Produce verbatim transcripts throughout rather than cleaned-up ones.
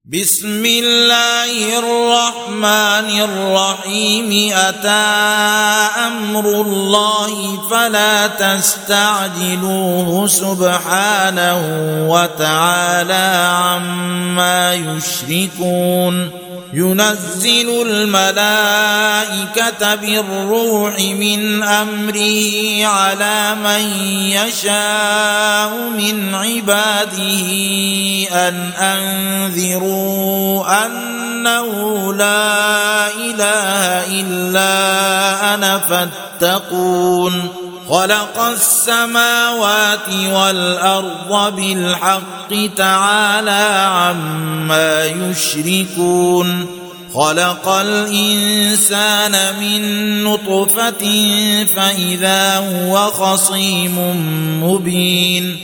بسم الله الرحمن الرحيم أتى أمر الله فلا تستعجلوه سبحانه وتعالى عما يشركون ينزل الملائكة بالروح من أمره على من يشاء من عباده أن أنذروا أنه لا إله إلا أنا فاتقون خلق السماوات والأرض بالحق تعالى عما يشركون خلق الإنسان من نطفة فإذا هو خصيم مبين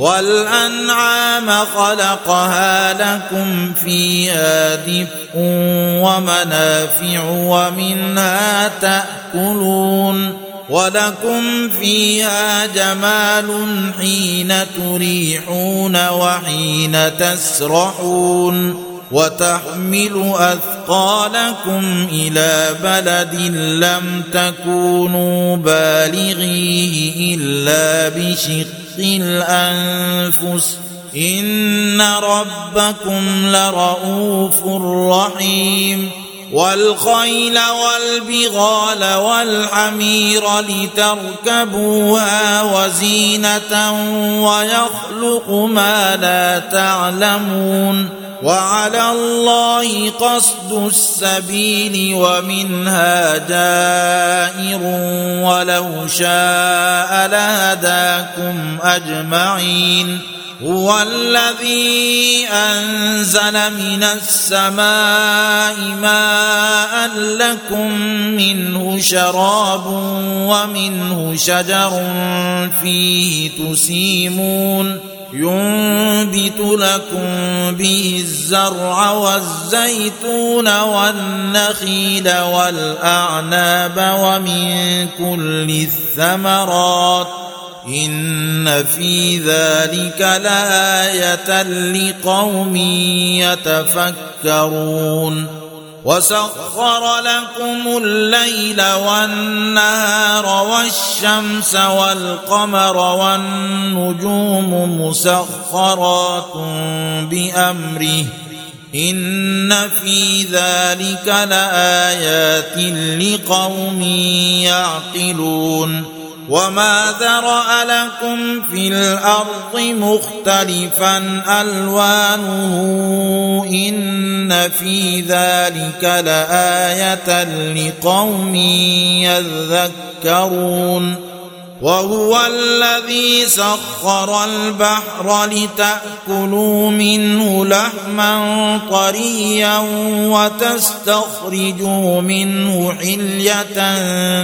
والأنعام خلقها لكم فيها دفء ومنافع ومنها تأكلون ولكم فيها جمال حين تريحون وحين تسرحون وتحمل أثقالكم إلى بلد لم تكونوا بالغيه إلا بشق الأنفس إن ربكم لرؤوف رحيم والخيل والبغال والحمير لتركبوها وزينة ويخلق ما لا تعلمون وعلى الله قصد السبيل ومنها جائر ولو شاء لهداكم أجمعين هو الذي أنزل من السماء ماء لكم منه شراب ومنه شجر فيه تسيمون ينبت لكم به الزرع والزيتون والنخيل والأعناب ومن كل الثمرات إن في ذلك لآية لقوم يتفكرون وسخر لكم الليل والنهار والشمس والقمر والنجوم مسخرات بأمره إن في ذلك لآيات لقوم يعقلون وما ذرأ لكم في الأرض مختلفا ألوانه إن في ذلك لآية لقوم يذكرون وهو الذي سخر البحر لتأكلوا منه لحما طريا وتستخرجوا منه حلية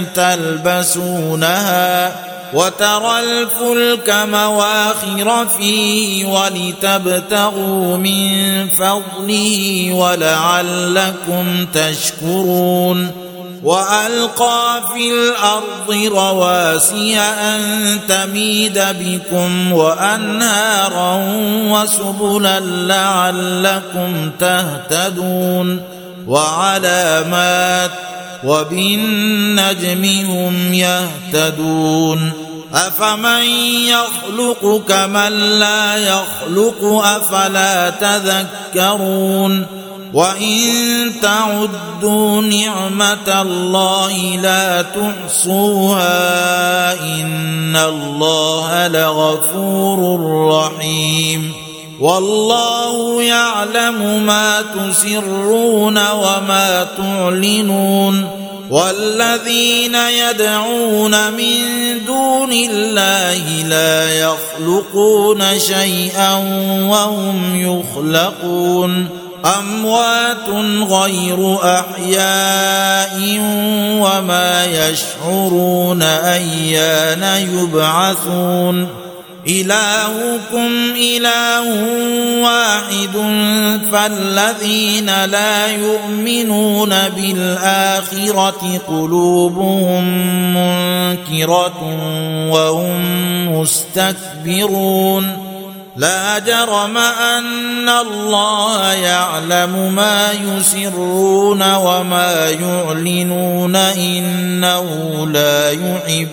تلبسونها وترى الفلك مواخر فيه ولتبتغوا من فضله ولعلكم تشكرون وألقى في الأرض رواسي أن تميد بكم وأنهارا وسبلا لعلكم تهتدون وعلامات وبالنجم هم يهتدون أفمن يخلق كمن لا يخلق أفلا تذكرون وإن تعدوا نعمة الله لا تحصوها إن الله لغفور رحيم والله يعلم ما تسرون وما تعلنون والذين يدعون من دون الله لا يخلقون شيئا وهم يخلقون أموات غير أحياء وما يشعرون أيان يبعثون إلهكم إله واحد فالذين لا يؤمنون بالآخرة قلوبهم منكرة وهم مستكبرون لا جرم أن الله يعلم ما يسرون وما يعلنون إنه لا يحب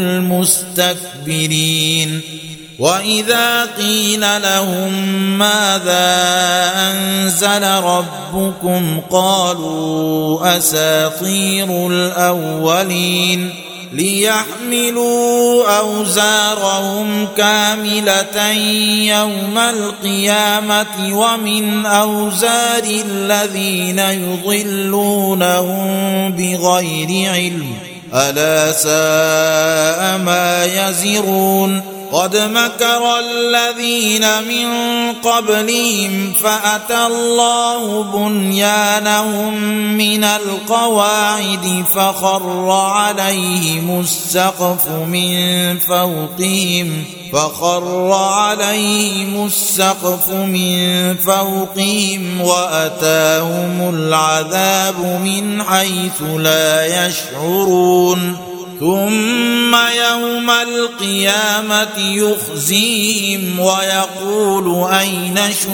المستكبرين وإذا قيل لهم ماذا أنزل ربكم قالوا أساطير الأولين ليحملوا أوزارهم كاملة يوم القيامة ومن أوزار الذين يضلونهم بغير علم ألا ساء ما يزرون قد مكر الذين من قبلهم فأتى الله بنيانهم من القواعد فخر عليهم السقف من فوقهم فخر عليهم السقف من فوقهم وأتاهم العذاب من حيث لا يشعرون ثم يوم القيامة يخزيهم ويقول أين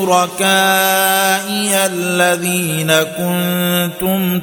شركائي الذين كنتم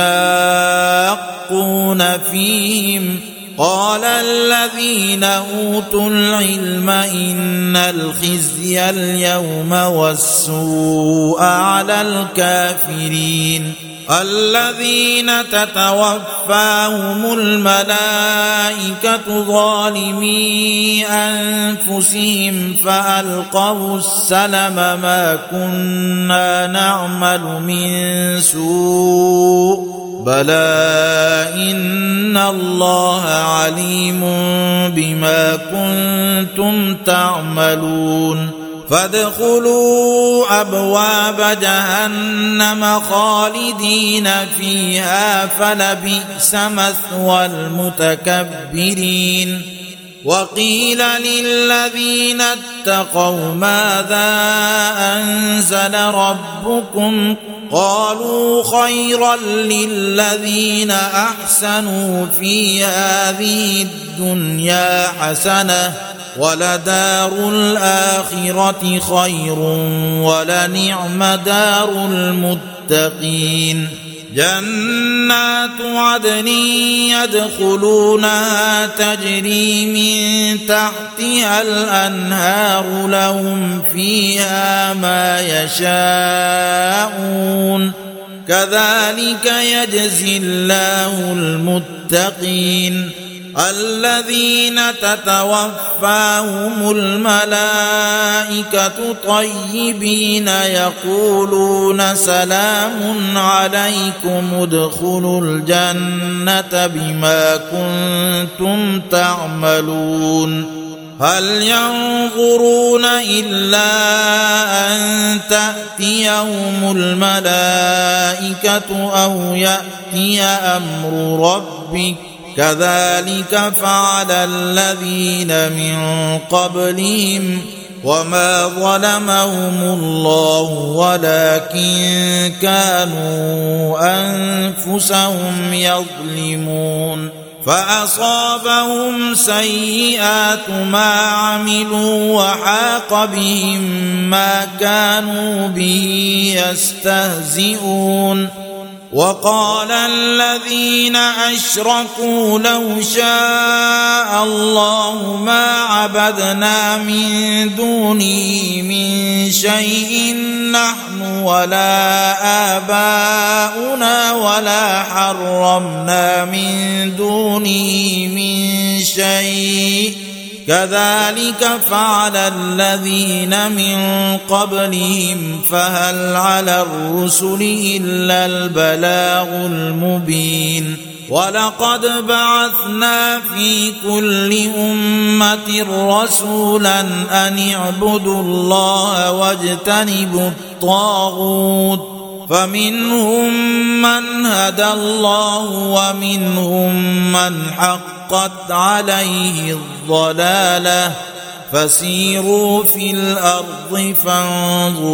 تشاقون فيهم قال الذين أوتوا العلم إن الخزي اليوم والسوء على الكافرين الذين تتوفاهم الملائكة ظالمي أنفسهم فألقوا السلم ما كنا نعمل من سوء بلى إن الله عليم بما كنتم تعملون فادخلوا أبواب جهنم خالدين فيها فلبئس مثوى المتكبرين وقيل للذين اتقوا ماذا أنزل ربكم قالوا خيرا للذين أحسنوا في هذه الدنيا حسنة ولدار الآخرة خير ولنعم دار المتقين جنات عدن يدخلونها تجري من تحتها الأنهار لهم فيها ما يشاءون كذلك يجزي الله المتقين الذين تتوفاهم الملائكة طيبين يقولون سلام عليكم ادخلوا الجنة بما كنتم تعملون هل ينظرون إلا أن تأتيهم الملائكة أو يأتي أمر ربك كذلك فعل الذين من قبلهم وما ظلمهم الله ولكن كانوا أنفسهم يظلمون فأصابهم سيئات ما عملوا وحاق بهم ما كانوا به يستهزئون وقال الذين أشركوا لو شاء الله ما عبدنا من دونه من شيء نحن ولا آباؤنا ولا حرمنا من دونه من شيء كذلك فعل الذين من قبلهم فهل على الرسل إلا البلاغ المبين ولقد بعثنا في كل أمة رسولا أن اعبدوا الله واجتنبوا الطاغوت فمنهم من هدى الله ومنهم من حقت عليه الضلالة فسيروا في الأرض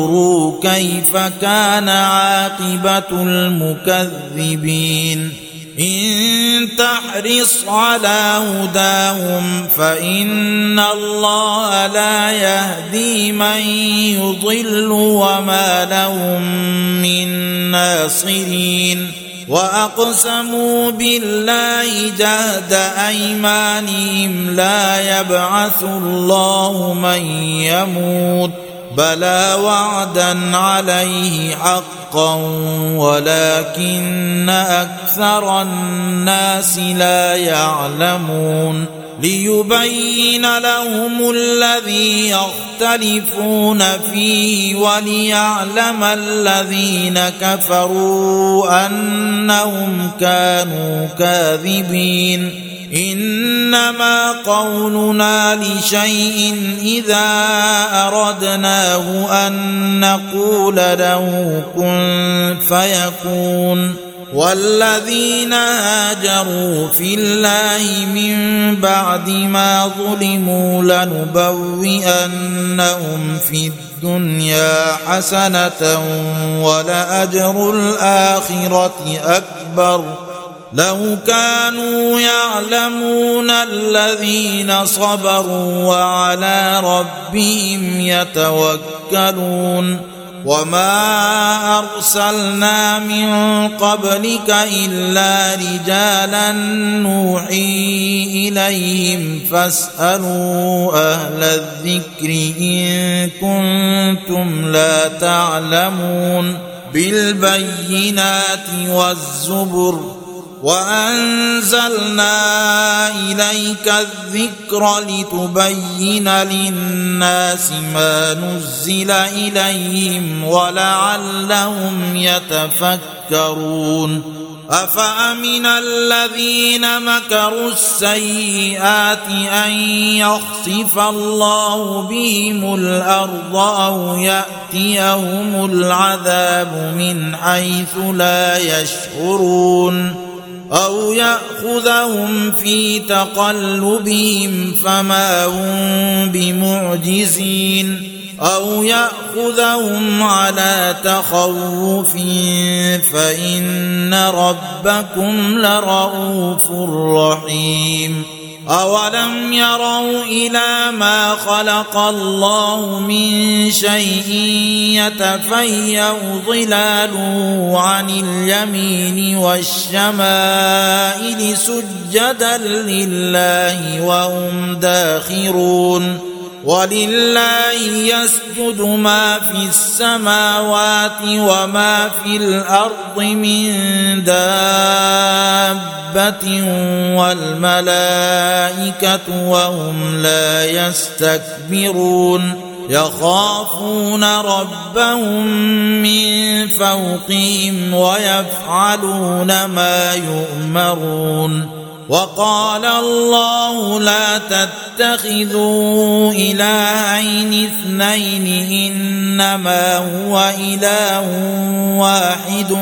فانظروا كيف كان عاقبة المكذبين إن تحرص على هداهم فإن الله لا يهدي من يضل وما لهم من ناصرين وأقسموا بالله جهد أيمانهم لا يبعث الله من يموت بلى وعدا عليه حقا ولكن أكثر الناس لا يعلمون ليبين لهم الذي يختلفون فيه وليعلم الذين كفروا أنهم كانوا كاذبين إنما قولنا لشيء إذا أردناه أن نقول له كن فيكون والذين هاجروا في الله من بعد ما ظلموا لنبوئنهم في الدنيا حسنة ولأجر الآخرة أكبر لو كانوا يعلمون الذين صبروا وعلى ربهم يتوكلون وما أرسلنا من قبلك إلا رجالا نوحي إليهم فاسألوا أهل الذكر إن كنتم لا تعلمون بالبينات والزبر وأنزلنا إليك الذكر لتبين للناس ما نزل إليهم ولعلهم يتفكرون أفأمن الذين مكروا السيئات أن يخسف الله بهم الأرض أو يأتيهم العذاب من حيث لا يشعرون أو يأخذهم في تقلبهم فما هم بمعجزين أو يأخذهم على تخوف فإن ربكم لرؤوف رحيم أولم يروا إلى ما خلق الله من شيء يتفيأ ظلاله عن اليمين والشمائل سجدا لله وهم داخرون ولله يسجد ما في السماوات وما في الأرض من دابة والملائكة وهم لا يستكبرون يخافون ربهم من فوقهم ويفعلون ما يؤمرون وقال الله لا تتخذوا إلهين اثنين إنما هو إله واحد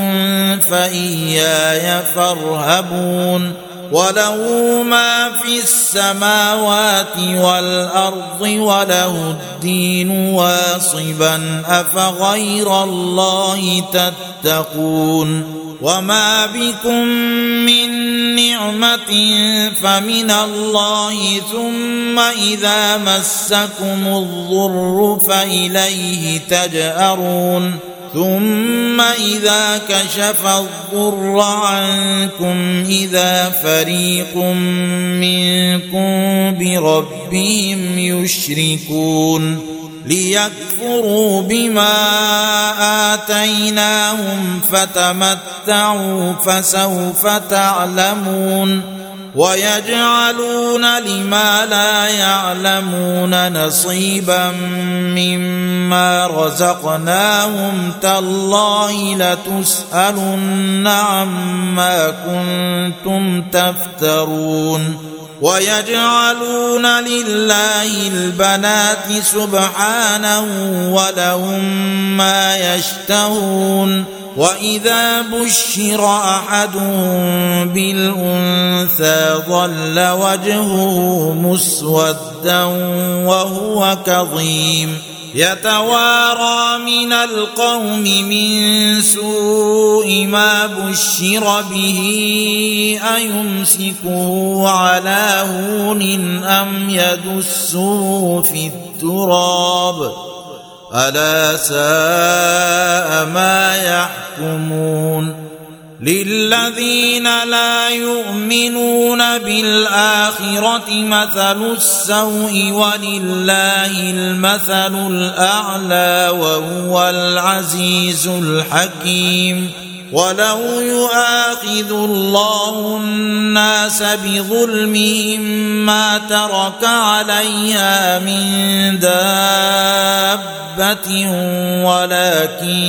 فإياي فارهبون وله ما في السماوات والأرض وله الدين واصبا أفغير الله تتقون وما بكم من نعمة فمن الله ثم إذا مسكم الضر فإليه تجأرون ثم إذا كشف الضر عنكم إذا فريق منكم بربهم يشركون ليكفروا بما آتيناهم فتمتعوا فسوف تعلمون ويجعلون لما لا يعلمون نصيبا مما رزقناهم تالله لتسألن عما كنتم تفترون ويجعلون لله البنات سبحانه ولهم ما يشتهون وإذا بشر أحدهم بالأنثى ظل وجهه مسودا وهو كظيم يتوارى من القوم من سوء ما بشر به أيمسكه على هون أم يدسه في التراب ألا ساء ما يحكمون للذين لا يؤمنون بالآخرة مثل السوء ولله المثل الأعلى وهو العزيز الحكيم ولو يؤاخذ الله الناس بظلمهم ما ترك عليها من دابة ولكن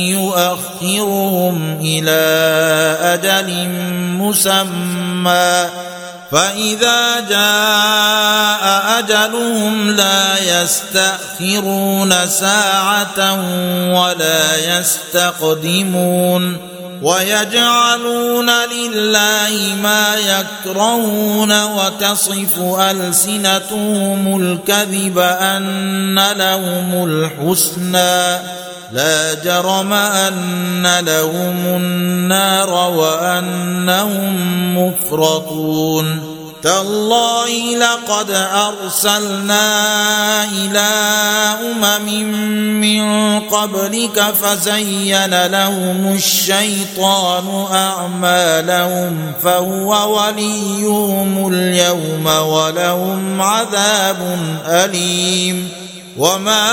يؤخرهم إلى أجل مسمى فإذا جاء أجلهم لا يستأخرون ساعة ولا يستقدمون ويجعلون لله ما يكرهون وتصف ألسنتهم الكذب أن لهم الحسنى لا جرم أن لهم النار وأنهم مفرطون تالله لقد أرسلنا إلى أمم من قبلك فزين لهم الشيطان أعمالهم فهو وليهم اليوم ولهم عذاب أليم وما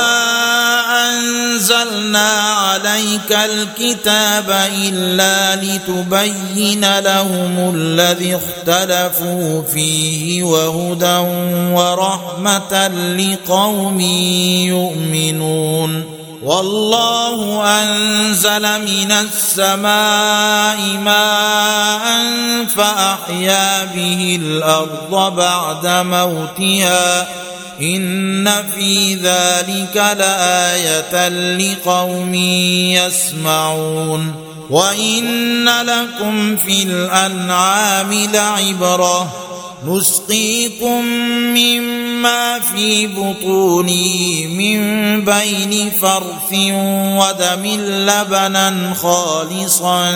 أنزلنا عليك الكتاب إلا لتبين لهم الذي اختلفوا فيه وهدى ورحمة لقوم يؤمنون والله أنزل من السماء ماء فأحيا به الأرض بعد موتها إن في ذلك لآية لقوم يسمعون وإن لكم في الأنعام لعبرة نسقيكم مما في بطونه من بين فرث ودم لبنا خالصا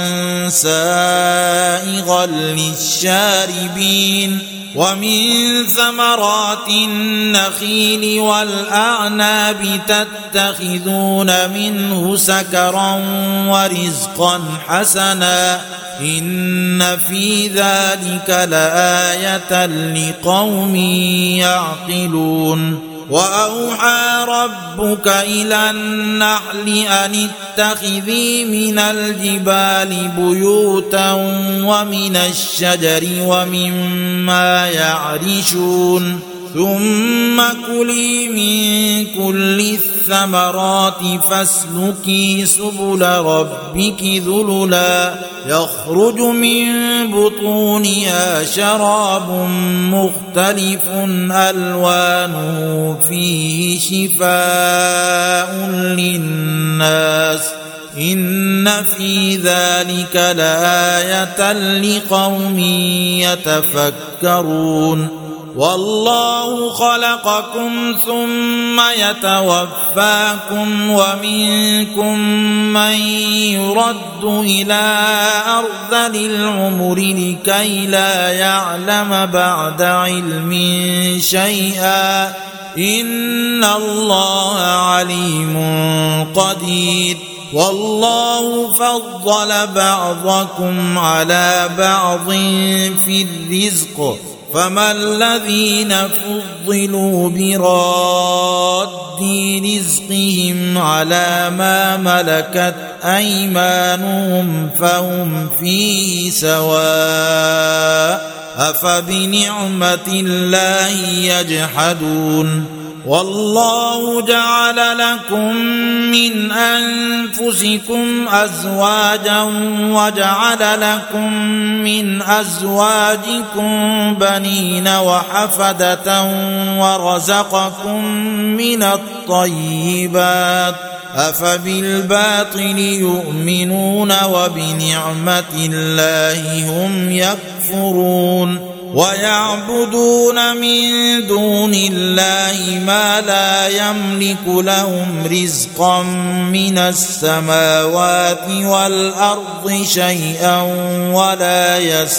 سائغا للشاربين ومن ثمرات النخيل والأعناب تتخذون منه سكرا ورزقا حسنا إن في ذلك لآية لقوم يعقلون وأوحى ربك إلى النحل أن اتخذي من الجبال بيوتا ومن الشجر ومما يعرشون ثم كلي من كل الثمرات فاسلكي سبل ربك ذللا يخرج من بطونها شراب مختلف ألوانه فيه شفاء للناس إن في ذلك لآية لقوم يتفكرون والله خلقكم ثم يتوفاكم ومنكم من يرد إلى أرذل العمر لكي لا يعلم بعد علم شيئا إن الله عليم قدير والله فضل بعضكم على بعض في الرزق فما الذين فضلوا براد رزقهم على ما ملكت أيمانهم فهم فيه سواء أفبنعمة الله يجحدون والله جعل لكم من أنفسكم أزواجا وجعل لكم من أزواجكم بنين وحفدة ورزقكم من الطيبات أفبالباطل يؤمنون وبنعمة الله هم يكفرون ويعبدون من دون الله ما لا يملك لهم رزقا من السماوات والأرض شيئا ولا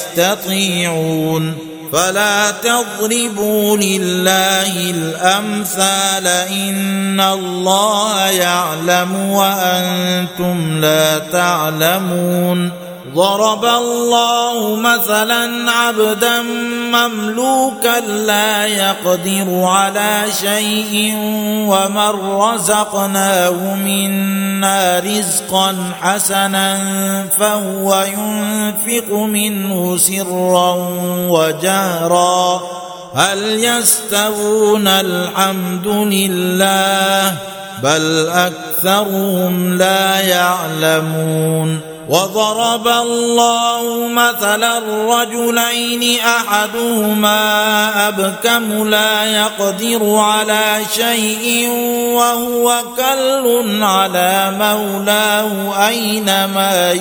يستطيعون فلا تضربوا لله الأمثال إن الله يعلم وأنتم لا تعلمون ضرب الله مثلا عبدا مملوكا لا يقدر على شيء ومن رزقناه منا رزقا حسنا فهو ينفق منه سرا وجهرا هل يستوون الحمد لله بل أكثرهم لا يعلمون وضرب الله مثلا رجلين أحدهما أبكم لا يقدر على شيء وهو كل على مولاه أينما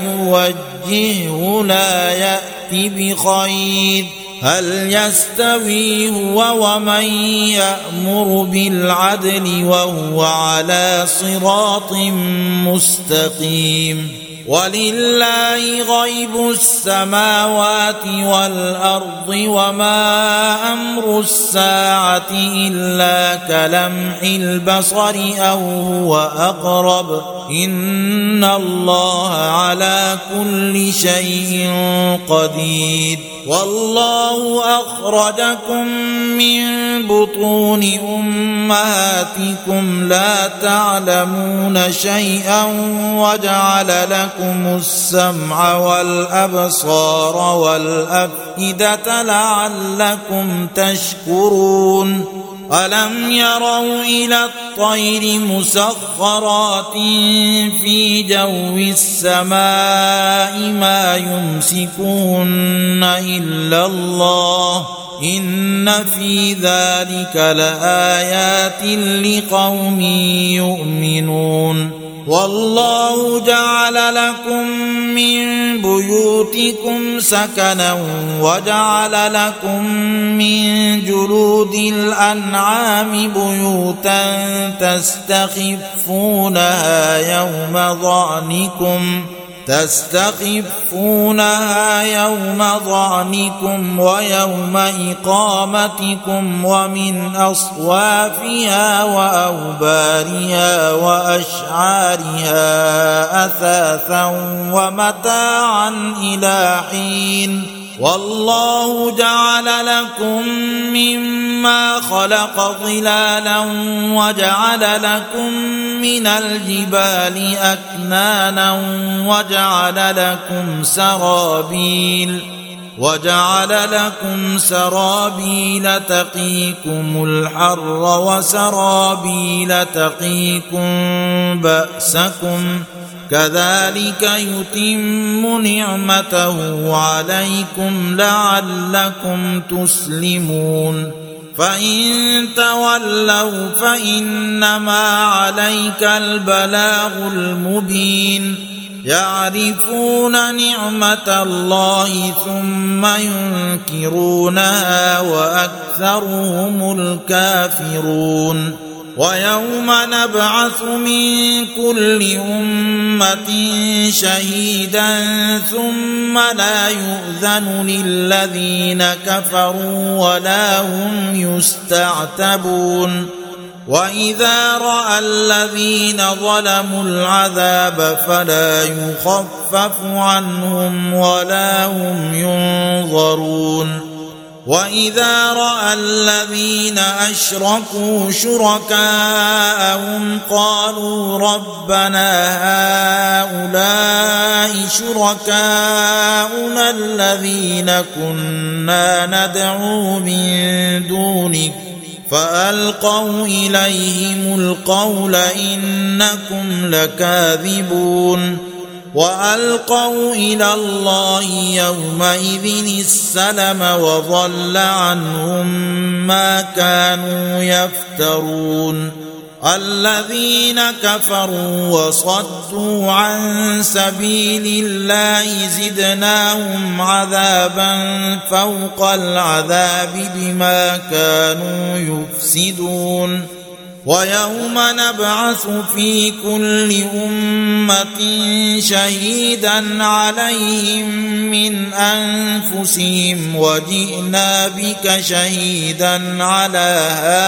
يوجهه لا يأتي بخير هل يستوي هو ومن يأمر بالعدل وهو على صراط مستقيم ولله غيب السماوات والأرض وما أمر الساعة إلا كلمح البصر أو هو أقرب إن الله على كل شيء قدير والله أخرجكم من بطون أمهاتكم لا تعلمون شيئا وجعل لكم السمع والأبصار والأفئدة لعلكم تشكرون ألم يروا إلى الطير مسخرات في جو السماء ما يمسكون إلا الله إن في ذلك لآيات لقوم يؤمنون والله جعل لكم من بيوتكم سكنا وجعل لكم من جلود الأنعام بيوتا تستخفونها يوم ظعنكم تستخفونها يوم ظعنكم ويوم إقامتكم ومن أصوافها وأوبارها وأشعارها أثاثا ومتاعا إلى حين والله جعل لكم مما خلق ظلالا وجعل لكم من الجبال أكنانا وجعل لكم سرابيل وجعل لكم سرابيل تقيكم الحر وسرابيل تقيكم بأسكم كذلك يتم نعمته عليكم لعلكم تسلمون فإن تولوا فإنما عليك البلاغ المبين يعرفون نعمة الله ثم ينكرونها وأكثرهم الكافرون ويوم نبعث من كل أمة شهيدا ثم لا يؤذن للذين كفروا ولا هم يستعتبون وإذا رأى الذين ظلموا العذاب فلا يخفف عنهم ولا هم ينظرون وإذا رأى الذين أشركوا شركاءهم قالوا ربنا هؤلاء شركاؤنا الذين كنا ندعو من دونك فألقوا إليهم القول إنكم لكاذبون وألقوا إلى الله يومئذ السلم وضل عنهم ما كانوا يفترون الذين كفروا وصدوا عن سبيل الله زدناهم عذابا فوق العذاب بما كانوا يفسدون ويوم نبعث في كل أمة شهيدا عليهم من أنفسهم وجئنا بك شهيدا على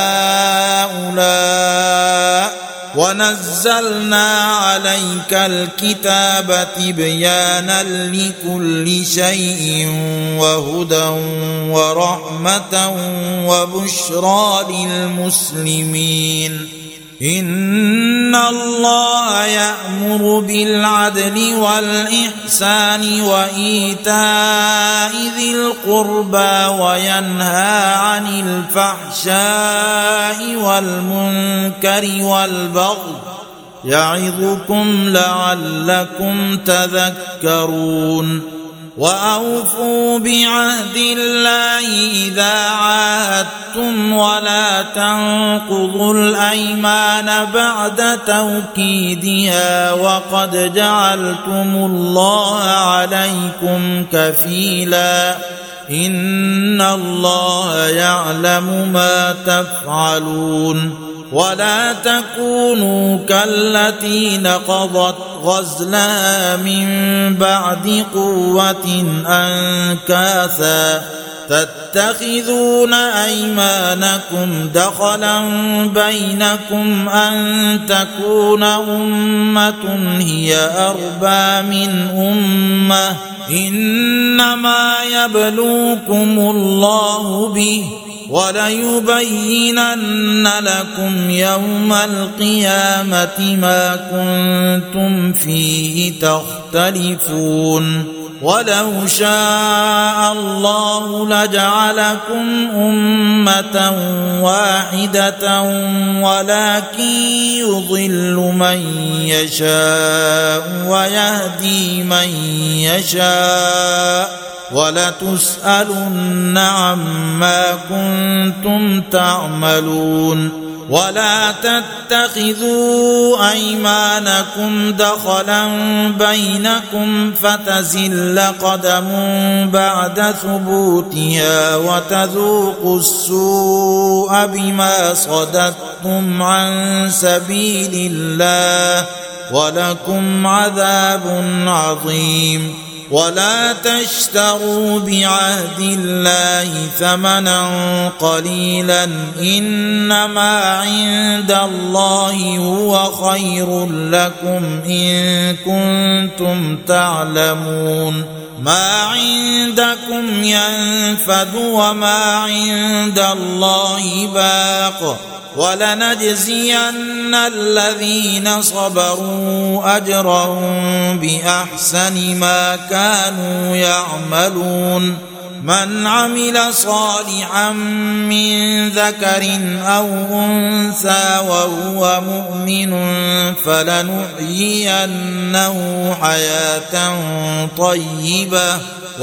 هؤلاء ونزلنا عليك الكتاب تبيانا لكل شيء وهدى ورحمة وبشرى للمسلمين إن الله يأمر بالعدل والإحسان وإيتاء ذي القربى وينهى عن الفحشاء والمنكر والبغي يعظكم لعلكم تذكرون وأوفوا بعهد الله إذا عاهدتم ولا تنقضوا الأيمان بعد توكيدها وقد جعلتم الله عليكم كفيلا إن الله يعلم ما تفعلون ولا تكونوا كالتي نقضت غزلها من بعد قوة أنكاثا تتخذون أيمانكم دخلا بينكم أن تكون أمة هي أربى من أمة إنما يبلوكم الله به وليبينن لكم يوم القيامة ما كنتم فيه تختلفون ولو شاء الله لجعلكم أمة واحدة ولكن يضل من يشاء ويهدي من يشاء ولتسألن عما كنتم تعملون ولا تتخذوا أيمانكم دخلا بينكم فتزل قدم بعد ثبوتها وتذوقوا السوء بما صددتم عن سبيل الله ولكم عذاب عظيم ولا تشتروا بعهد الله ثمنا قليلا إنما عند الله هو خير لكم إن كنتم تعلمون ما عندكم ينفد وما عند الله باق ولنجزين الذين صبروا أجرهم بأحسن ما كانوا يعملون من عمل صالحا من ذكر أو أنثى وهو مؤمن فلنحيينه حياة طيبة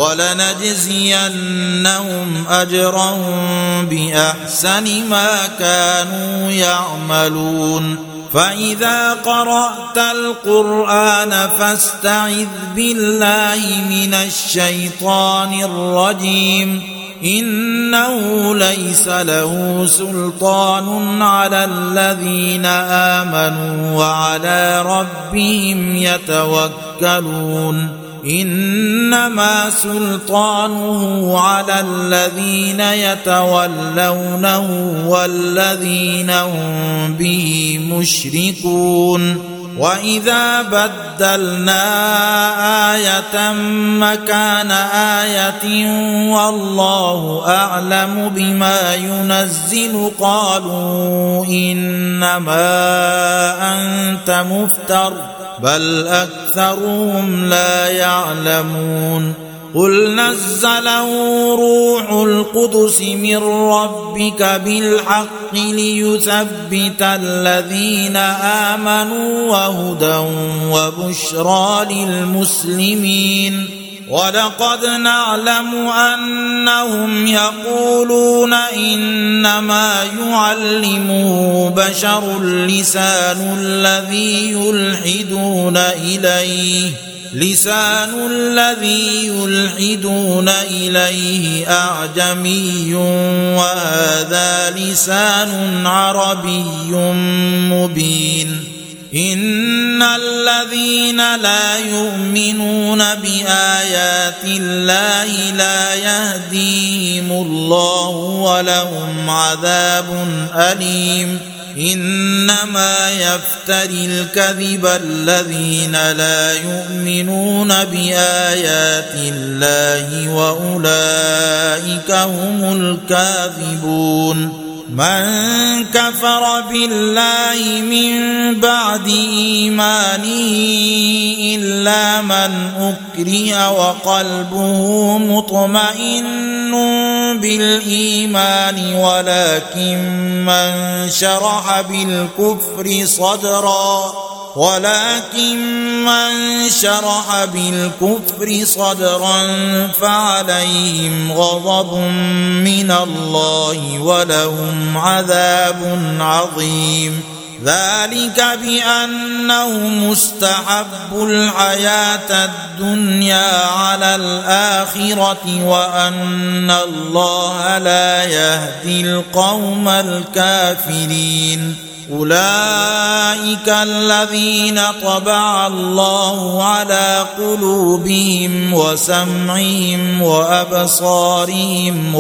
ولنجزينهم أجرهم بأحسن ما كانوا يعملون فإذا قرأت القرآن فاستعذ بالله من الشيطان الرجيم إنه ليس له سلطان على الذين آمنوا وعلى ربهم يتوكلون إنما سلطانه على الذين يتولونه والذين هم به مشركون وإذا بدلنا آية مكان آية والله أعلم بما ينزل قالوا إنما أنت مفتر بل أكثرهم لا يعلمون قل نزله روح القدس من ربك بالحق ليثبت الذين آمنوا وهدى وبشرى للمسلمين ولقد نعلم أنهم يقولون إنما يعلمه بشر لسان الذي يلحدون إليه لسان الذي يلحدون إليه أعجمي وهذا لسان عربي مبين إن الذين لا يؤمنون بآيات الله لا يهديهم الله ولهم عذاب أليم إنما يفتري الكذب الذين لا يؤمنون بآيات الله وأولئك هم الكاذبون من كفر بالله من بعد إيمانه إلا من أكره وقلبه مطمئن بالإيمان ولكن من شرح بالكفر صدرا ولكن من شرح بالكفر صدرا فعليهم غضب من الله ولهم عذاب عظيم ذلك بأنهم استحبوا الحياة الدنيا على الآخرة وأن الله لا يهدي القوم الكافرين أولئك الذين طبع الله على قلوبهم وسمعهم وأبصارهم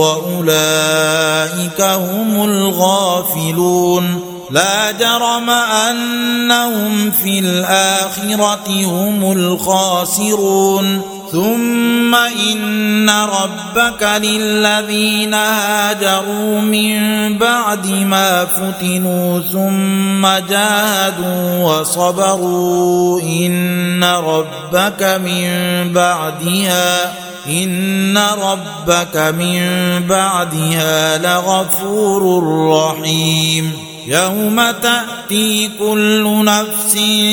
وأولئك هم الغافلون لا جرم أنهم في الآخرة هم الخاسرون ثم إن ربك للذين هاجروا من بعد ما فتنوا ثم جاهدوا وصبروا إن ربك من بعدها إن ربك من بعدها لغفور رحيم يوم تأتي كل نفس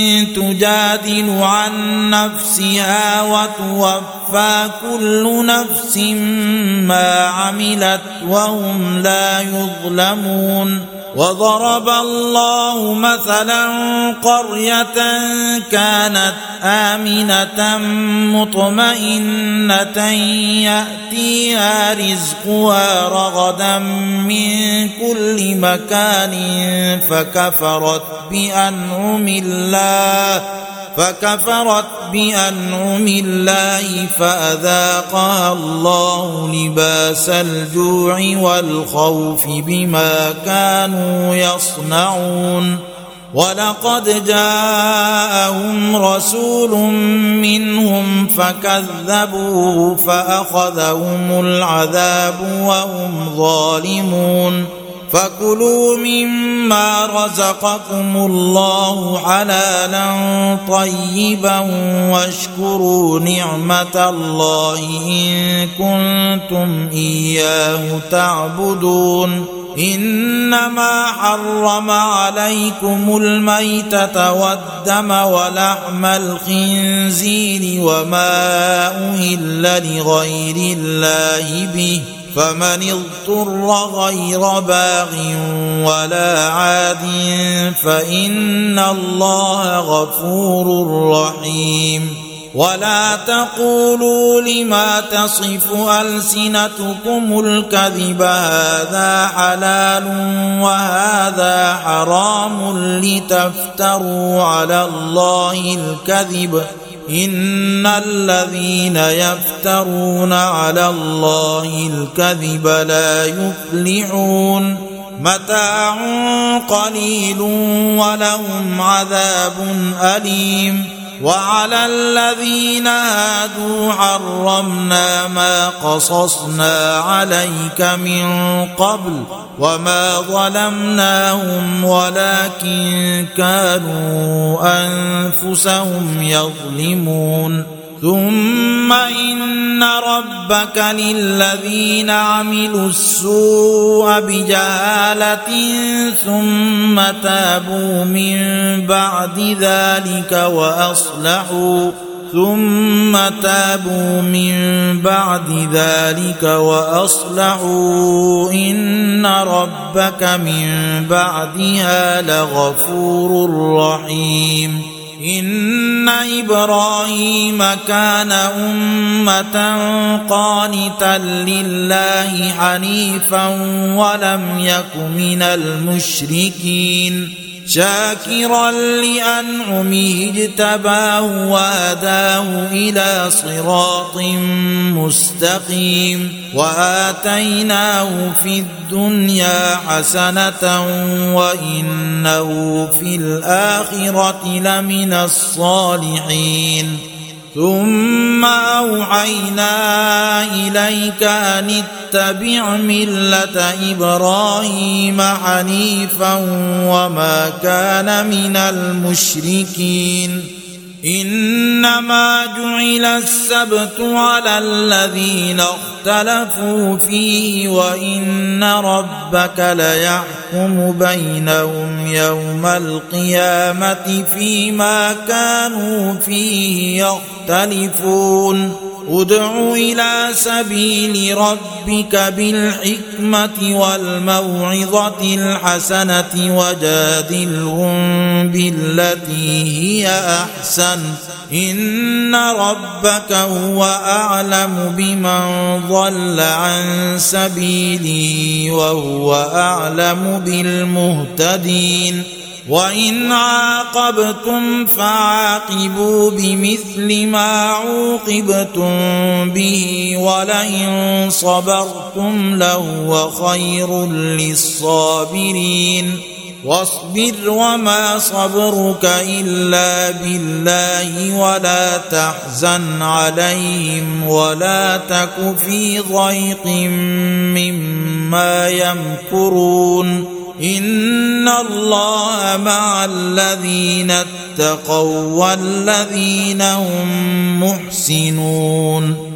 تجادل عن نفسها وتوفى كل نفس ما عملت وهم لا يظلمون وضرب الله مثلا قرية كانت آمنة مطمئنة يأتيها رزقها رغدا من كل مكان فكفرت بأنعم الله فكفرت بأنعم الله فأذاقها الله لباس الجوع والخوف بما كانوا يصنعون ولقد جاءهم رسول منهم فكذبوه فأخذهم العذاب وهم ظالمون فكلوا مما رزقكم الله حلالا طيبا واشكروا نعمة الله إن كنتم إياه تعبدون إنما حرم عليكم الميتة والدم ولحم الخنزير وما أهل لغير الله به فمن اضطر غير باغ ولا عاد فإن الله غفور رحيم ولا تقولوا لما تصف ألسنتكم الكذب هذا حلال وهذا حرام لتفتروا على الله الكذب إن الذين يفترون على الله الكذب لا يفلحون متاع قليل ولهم عذاب أليم وعلى الذين هادوا حرمنا ما قصصنا عليك من قبل وما ظلمناهم ولكن كانوا أنفسهم يظلمون ثم إن ربك للذين عملوا السوء بجهالة ثم تابوا من بعد ذلك وأصلحوا ثم تابوا من بعد ذلك وأصلحوا إن ربك من بعدها لغفور رحيم. إن إبراهيم كان أمة قانتا لله حنيفا ولم يك من المشركين شاكرا لأنعمه اجتباه وهداه إلى صراط مستقيم وآتيناه في الدنيا حسنة وإنه في الآخرة لمن الصالحين. ثم أوحينا إليك أن اتبع ملة إبراهيم حنيفا وما كان من المشركين. إنما جعل السبت على الذين اختلفوا فيه وإن ربك ليحكم بينهم يوم القيامة فيما كانوا فيه يختلفون. ادع إلى سبيل ربك بالحكمة والموعظة الحسنة وجادلهم بالتي هي أحسن إن ربك هو أعلم بمن ضل عن سبيله وهو أعلم بالمهتدين. وإن عاقبتم فعاقبوا بمثل ما عوقبتم به ولئن صبرتم لهو خير للصابرين. واصبر وما صبرك إلا بالله ولا تحزن عليهم ولا تك في ضيق مما يمكرون. إن الله مع الذين اتقوا والذين هم محسنون.